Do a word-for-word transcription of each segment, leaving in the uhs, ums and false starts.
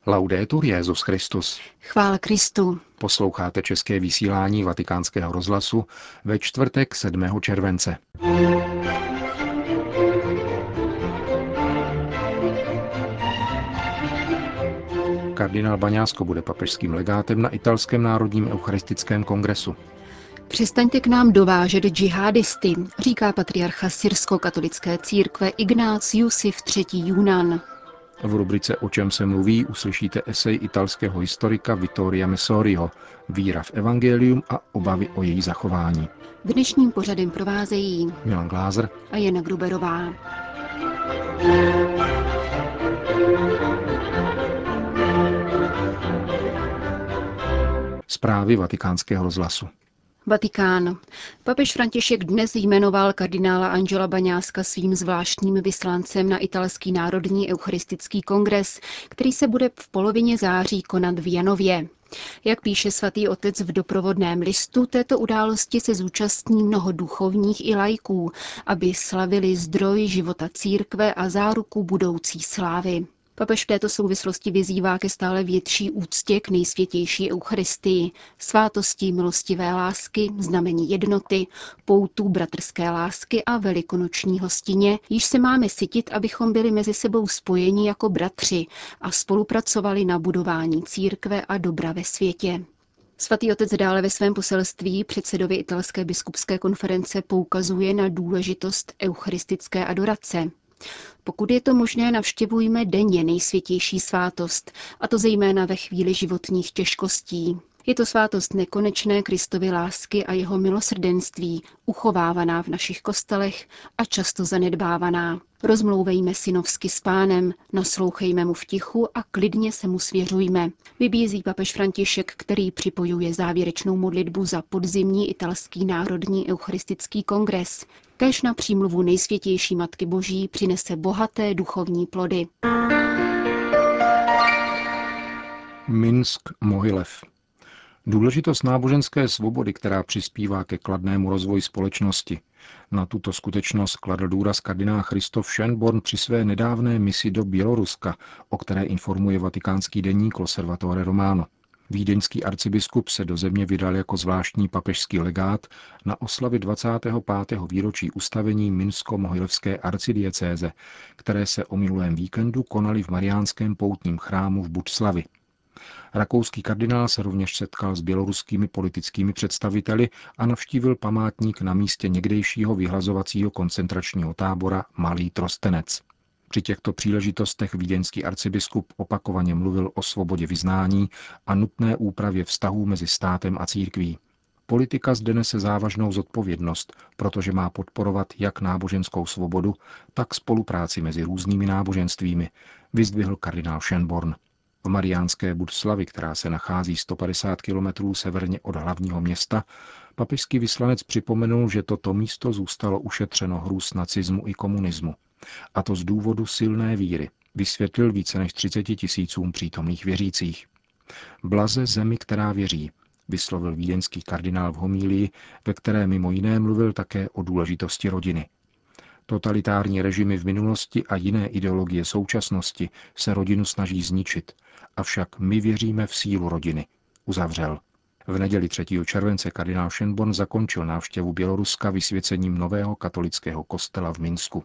Laudetur Jesus Christus. Chvála Kristu. Posloucháte české vysílání Vatikánského rozhlasu ve čtvrtek sedmého července. Kardinál Baňásko bude papežským legátem na italském národním eucharistickém kongresu. Přestaňte k nám dovážet džihadisty, říká patriarcha syrsko-katolické církve Ignác Jusif třetí. Junan. V rubrice O čem se mluví uslyšíte esej italského historika Vittoria Messoriho Víra v evangelium a obavy o její zachování. Dnešním pořadem provázejí Milan Glázer a Jana Gruberová. Zprávy Vatikánského rozhlasu. Vatikán. Papež František dnes jmenoval kardinála Angela Baňáska svým zvláštním vyslancem na italský národní eucharistický kongres, který se bude v polovině září konat v Janově. Jak píše svatý otec v doprovodném listu, této události se zúčastní mnoho duchovních i laiků, aby slavili zdroj života církve a záruku budoucí slávy. Papež v této souvislosti vyzývá ke stále větší úctě k nejsvětější eucharistii, svátosti milostivé lásky, znamení jednoty, poutů bratrské lásky a velikonoční hostině, již se máme sytit, abychom byli mezi sebou spojeni jako bratři a spolupracovali na budování církve a dobra ve světě. Svatý otec dále ve svém poselství předsedovi italské biskupské konference poukazuje na důležitost eucharistické adorace. Pokud je to možné, navštěvujme denně nejsvětější svátost, a to zejména ve chvíli životních těžkostí. Je to svátost nekonečné Kristovy lásky a jeho milosrdenství, uchovávaná v našich kostelech a často zanedbávaná. Rozmlouvejme synovsky s Pánem, naslouchejme mu v tichu a klidně se mu svěřujme, vybízí papež František, který připojuje závěrečnou modlitbu za podzimní italský národní eucharistický kongres. Kéž na přímluvu nejsvětější Matky Boží přinese bohaté duchovní plody. Minsk, Mohilev. Důležitost náboženské svobody, která přispívá ke kladnému rozvoji společnosti. Na tuto skutečnost kladl důraz kardinál Christoph Schönborn při své nedávné misi do Běloruska, o které informuje vatikánský deník L'Osservatore Romano. Vídeňský arcibiskup se do země vydal jako zvláštní papežský legát na oslavy dvacátého pátého výročí ustavení minsko-mohilevské arcidiecéze, které se o minulém víkendu konaly v mariánském poutním chrámu v Bučslavi. Rakouský kardinál se rovněž setkal s běloruskými politickými představiteli a navštívil památník na místě někdejšího vyhlazovacího koncentračního tábora Malý Trostenec. Při těchto příležitostech vídeňský arcibiskup opakovaně mluvil o svobodě vyznání a nutné úpravě vztahů mezi státem a církví. Politika zde nese závažnou zodpovědnost, protože má podporovat jak náboženskou svobodu, tak spolupráci mezi různými náboženstvími, vyzdvihl kardinál Schönborn. V mariánské Bučslavi, která se nachází sto padesát kilometrů severně od hlavního města, papežský vyslanec připomenul, že toto místo zůstalo ušetřeno hrůz nacismu i komunismu. A to z důvodu silné víry, vysvětlil více než třiceti tisícům přítomných věřících. Blaze zemi, která věří, vyslovil vídeňský kardinál v homílii, ve které mimo jiné mluvil také o důležitosti rodiny. Totalitární režimy v minulosti a jiné ideologie současnosti se rodinu snaží zničit, avšak my věříme v sílu rodiny, uzavřel. V neděli třetího července kardinál Schönborn zakončil návštěvu Běloruska vysvěcením nového katolického kostela v Minsku.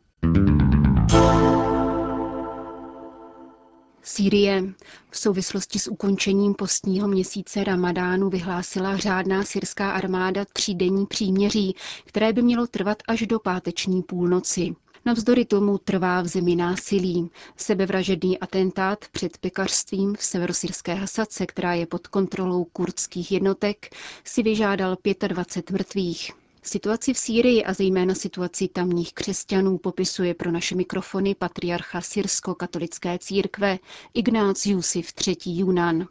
Sýrie. V souvislosti s ukončením postního měsíce Ramadánu vyhlásila řádná syrská armáda třídenní příměří, které by mělo trvat až do páteční půlnoci. Navzdory tomu trvá v zemi násilí. Sebevražedný atentát před pekařstvím v severosyrské Hasadce, která je pod kontrolou kurdských jednotek, si vyžádal dvacet pět mrtvých. Situaci v Sýrii a zejména situaci tamních křesťanů popisuje pro naše mikrofony patriarcha syrsko-katolické církve Ignác Jusif třetí. Junan.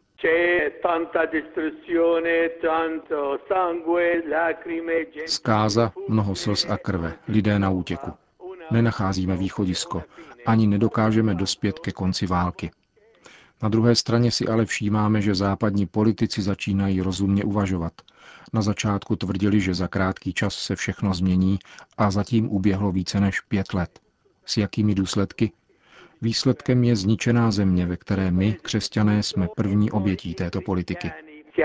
Zkáza, mnoho slz a krve, lidé na útěku. Nenacházíme východisko, ani nedokážeme dospět ke konci války. Na druhé straně si ale všímáme, že západní politici začínají rozumně uvažovat. Na začátku tvrdili, že za krátký čas se všechno změní a zatím uběhlo více než pět let. S jakými důsledky? Výsledkem je zničená země, ve které my, křesťané, jsme první obětí této politiky.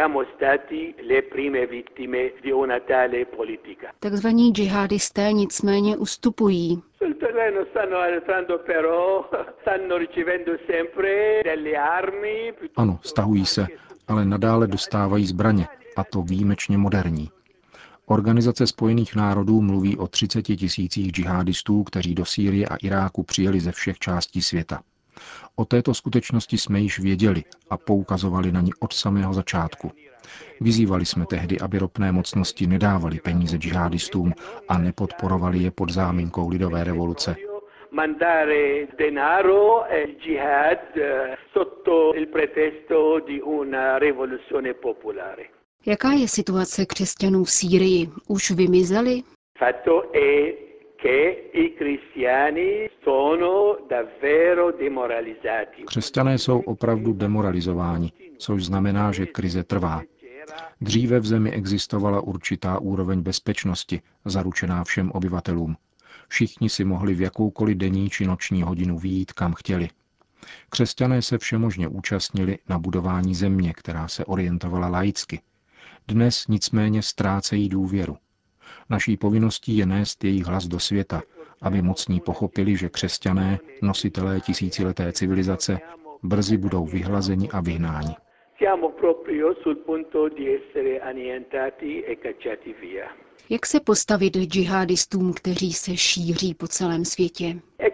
Takzvaní džihadisté nicméně ustupují. Ano, stahují se, ale nadále dostávají zbraně, a to výjimečně moderní. Organizace spojených národů mluví o třiceti tisících džihadistů, kteří do Sýrie a Iráku přijeli ze všech částí světa. O této skutečnosti jsme již věděli a poukazovali na ní od samého začátku. Vyzývali jsme tehdy, aby ropné mocnosti nedávali peníze džihadistům a nepodporovali je pod záminkou lidové revoluce. Jaká je situace křesťanů v Sýrii? Už vymizeli? Křesťané jsou opravdu demoralizováni, což znamená, že krize trvá. Dříve v zemi existovala určitá úroveň bezpečnosti, zaručená všem obyvatelům. Všichni si mohli v jakoukoliv denní či noční hodinu vyjít, kam chtěli. Křesťané se všemožně účastnili na budování země, která se orientovala laicky. Dnes nicméně ztrácejí důvěru. Naší povinností je nést jejich hlas do světa, aby mocní pochopili, že křesťané, nositelé tisícileté civilizace, brzy budou vyhlazeni a vyhnáni. Jak se postavit džihadistům, kteří se šíří po celém světě?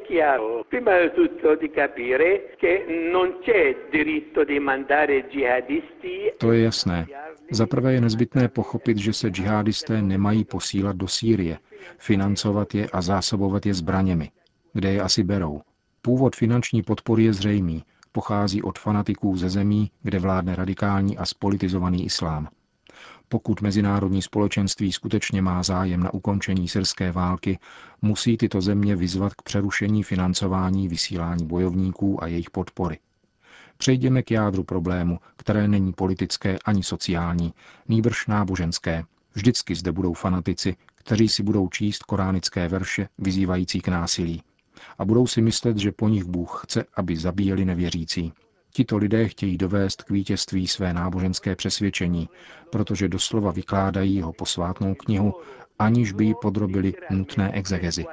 To je jasné. Za prvé je nezbytné pochopit, že se džihadisté nemají posílat do Sýrie, financovat je a zásobovat je zbraněmi. Kde je asi berou? Původ finanční podpory je zřejmý. Pochází od fanatiků ze zemí, kde vládne radikální a spolitizovaný islám. Pokud mezinárodní společenství skutečně má zájem na ukončení syrské války, musí tyto země vyzvat k přerušení financování vysílání bojovníků a jejich podpory. Přejdeme k jádru problému, které není politické ani sociální, nýbrž náboženské. Vždycky zde budou fanatici, kteří si budou číst koránické verše vyzývající k násilí. A budou si myslet, že po nich Bůh chce, aby zabíjeli nevěřící. Tito lidé chtějí dovést k vítězství své náboženské přesvědčení, protože doslova vykládají jeho posvátnou knihu, aniž by ji podrobili nutné exegezi.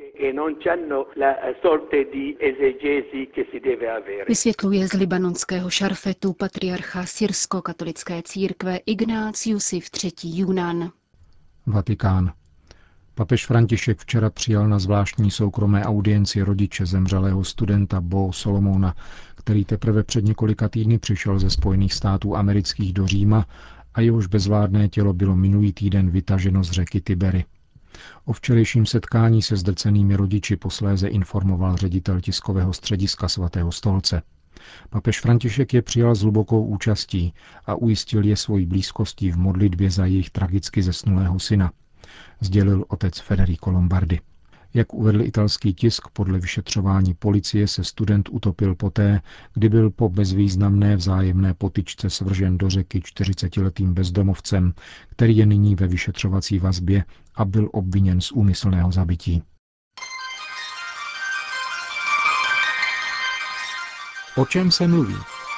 Vysvětluje z libanonského šarfetu patriarcha syrsko-katolické církve Ignácius třetí Junan. Vatikán. Papež František včera přijal na zvláštní soukromé audienci rodiče zemřelého studenta Bo Solomona, který teprve před několika týdny přišel ze Spojených států amerických do Říma a jehož bezvládné tělo bylo minulý týden vytaženo z řeky Tibery. O včerejším setkání se zdrcenými rodiči posléze informoval ředitel tiskového střediska Svatého stolce. Papež František je přijal s hlubokou účastí a ujistil je svojí blízkostí v modlitbě za jejich tragicky zesnulého syna, sdělil otec Federico Lombardi. Jak uvedl italský tisk, podle vyšetřování policie se student utopil poté, kdy byl po bezvýznamné vzájemné potyčce svržen do řeky čtyřicetiletým bezdomovcem, který je nyní ve vyšetřovací vazbě a byl obviněn z úmyslného zabití. O čem se mluví?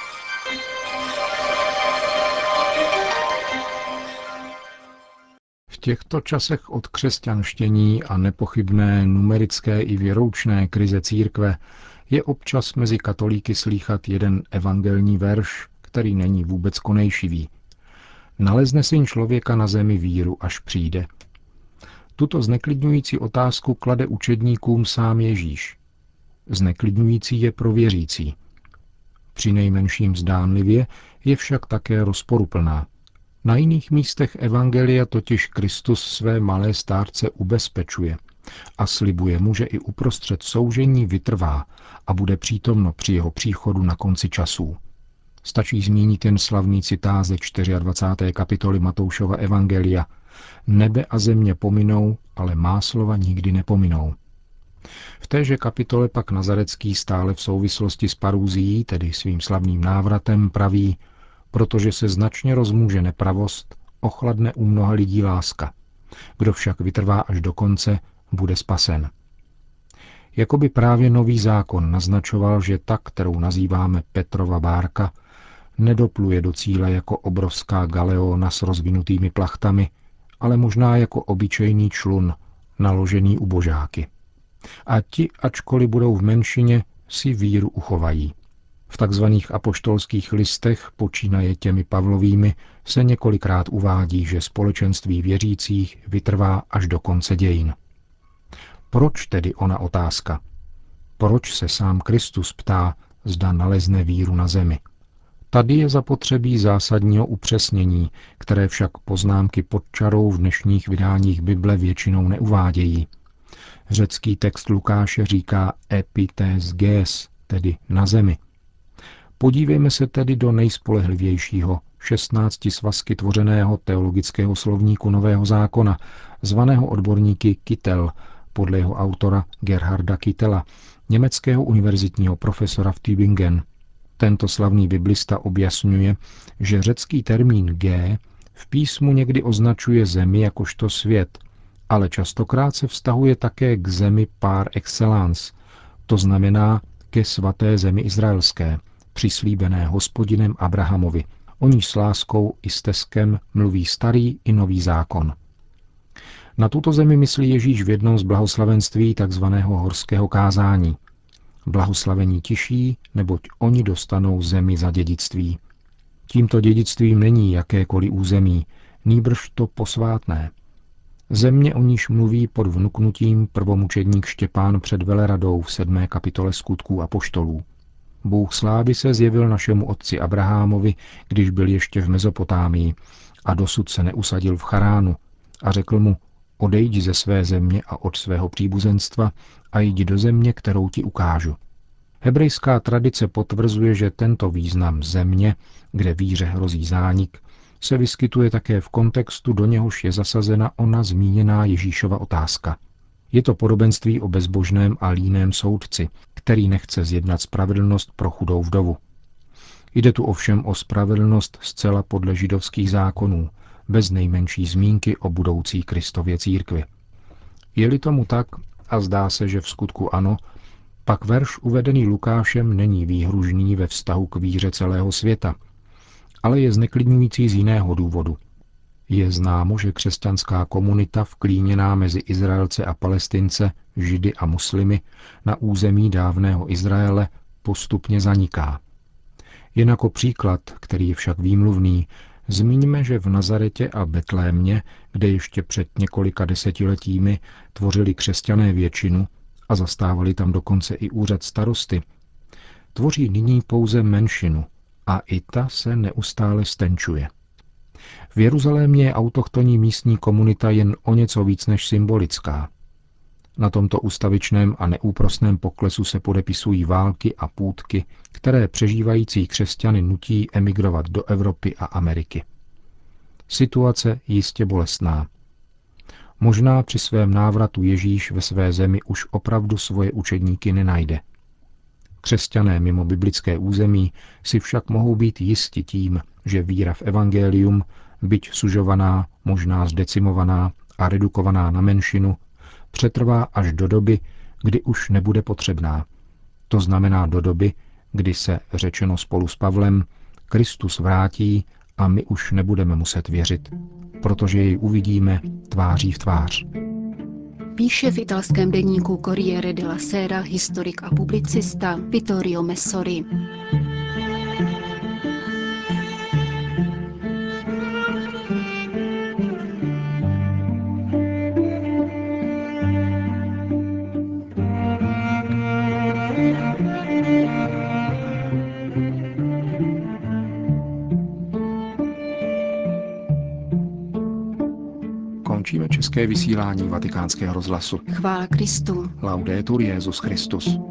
V těchto časech od křesťanštění a nepochybné numerické i věroučné krize církve je občas mezi katolíky slýchat jeden evangelní verš, který není vůbec konejšivý. Nalezne syn člověka na zemi víru, až přijde. Tuto zneklidňující otázku klade učedníkům sám Ježíš. Zneklidňující je pro věřící. Přinejmenším zdánlivě je však také rozporuplná. Na jiných místech evangelia totiž Kristus své malé stárce ubezpečuje a slibuje mu, že i uprostřed soužení vytrvá a bude přítomno při jeho příchodu na konci časů. Stačí zmínit jen slavný citát ze dvacáté čtvrté kapitoly Matoušova evangelia. Nebe a země pominou, ale má slova nikdy nepominou. V téže kapitole pak Nazarecký stále v souvislosti s parúzií, tedy svým slavným návratem, praví: protože se značně rozmůže nepravost, ochladne u mnoha lidí láska. Kdo však vytrvá až do konce, bude spasen. Jako by právě nový zákon naznačoval, že ta, kterou nazýváme Petrova bárka, nedopluje do cíle jako obrovská galeona s rozvinutými plachtami, ale možná jako obyčejný člun, naložený ubožáky. A ti, ačkoliv budou v menšině, si víru uchovají. V takzvaných apoštolských listech, počínaje těmi Pavlovými, se několikrát uvádí, že společenství věřících vytrvá až do konce dějin. Proč tedy ona otázka? Proč se sám Kristus ptá, zda nalezne víru na zemi? Tady je zapotřebí zásadního upřesnění, které však poznámky pod čarou v dnešních vydáních Bible většinou neuvádějí. Řecký text Lukáše říká epites ges, tedy na zemi. Podívejme se tedy do nejspolehlivějšího, šestnácti svazky tvořeného teologického slovníku Nového zákona, zvaného odborníky Kittel, podle jeho autora Gerharda Kittela, německého univerzitního profesora v Tübingen. Tento slavný biblista objasňuje, že řecký termín G v písmu někdy označuje zemi jakožto svět, ale častokrát se vztahuje také k zemi par excellence, to znamená ke svaté zemi izraelské, přislíbené Hospodinem Abrahamovi. O níž s láskou i steskem mluví starý i nový zákon. Na tuto zemi myslí Ježíš v jednom z blahoslavenství takzvaného horského kázání. Blahoslavení tiší, neboť oni dostanou zemi za dědictví. Tímto dědictvím není jakékoliv území, nýbrž to posvátné. Země, o níž mluví pod vnuknutím prvomučedník Štěpán před veleradou v sedmé kapitole Skutků apoštolů. Bůh slávy se zjevil našemu otci Abrahamovi, když byl ještě v Mezopotámii a dosud se neusadil v Charánu, a řekl mu: odejdi ze své země a od svého příbuzenstva a jdi do země, kterou ti ukážu. Hebrejská tradice potvrzuje, že tento význam země, kde víře hrozí zánik, se vyskytuje také v kontextu, do něhož je zasazena ona zmíněná Ježíšova otázka. Je to podobenství o bezbožném a líném soudci, který nechce zjednat spravedlnost pro chudou vdovu. Jde tu ovšem o spravedlnost zcela podle židovských zákonů, bez nejmenší zmínky o budoucí Kristově církvi. Je-li tomu tak, a zdá se, že v skutku ano, pak verš uvedený Lukášem není výhružný ve vztahu k víře celého světa, ale je zneklidňující z jiného důvodu. Je známo, že křesťanská komunita vklíněná mezi Izraelce a Palestince, Židy a muslimy na území dávného Izraele postupně zaniká. Jen jako příklad, který je však výmluvný, zmíníme, že v Nazaretě a Betlémě, kde ještě před několika desetiletími tvořili křesťané většinu a zastávali tam dokonce i úřad starosty, tvoří nyní pouze menšinu a i ta se neustále stenčuje. V Jeruzalémě je autochtonní místní komunita jen o něco víc než symbolická. Na tomto ustavičném a neúprosném poklesu se podepisují války a půtky, které přežívající křesťany nutí emigrovat do Evropy a Ameriky. Situace jistě bolestná. Možná při svém návratu Ježíš ve své zemi už opravdu svoje učedníky nenajde. Křesťané mimo biblické území si však mohou být jisti tím, že víra v evangelium, byť sužovaná, možná zdecimovaná a redukovaná na menšinu, přetrvá až do doby, kdy už nebude potřebná. To znamená do doby, kdy se, řečeno spolu s Pavlem, Kristus vrátí a my už nebudeme muset věřit, protože jej uvidíme tváří v tvář. Píše v italském deníku Corriere della Sera historik a publicista Vittorio Messori. Končíme české vysílání Vatikánského rozhlasu. Chvála Kristu. Laudetur Jesus Christus.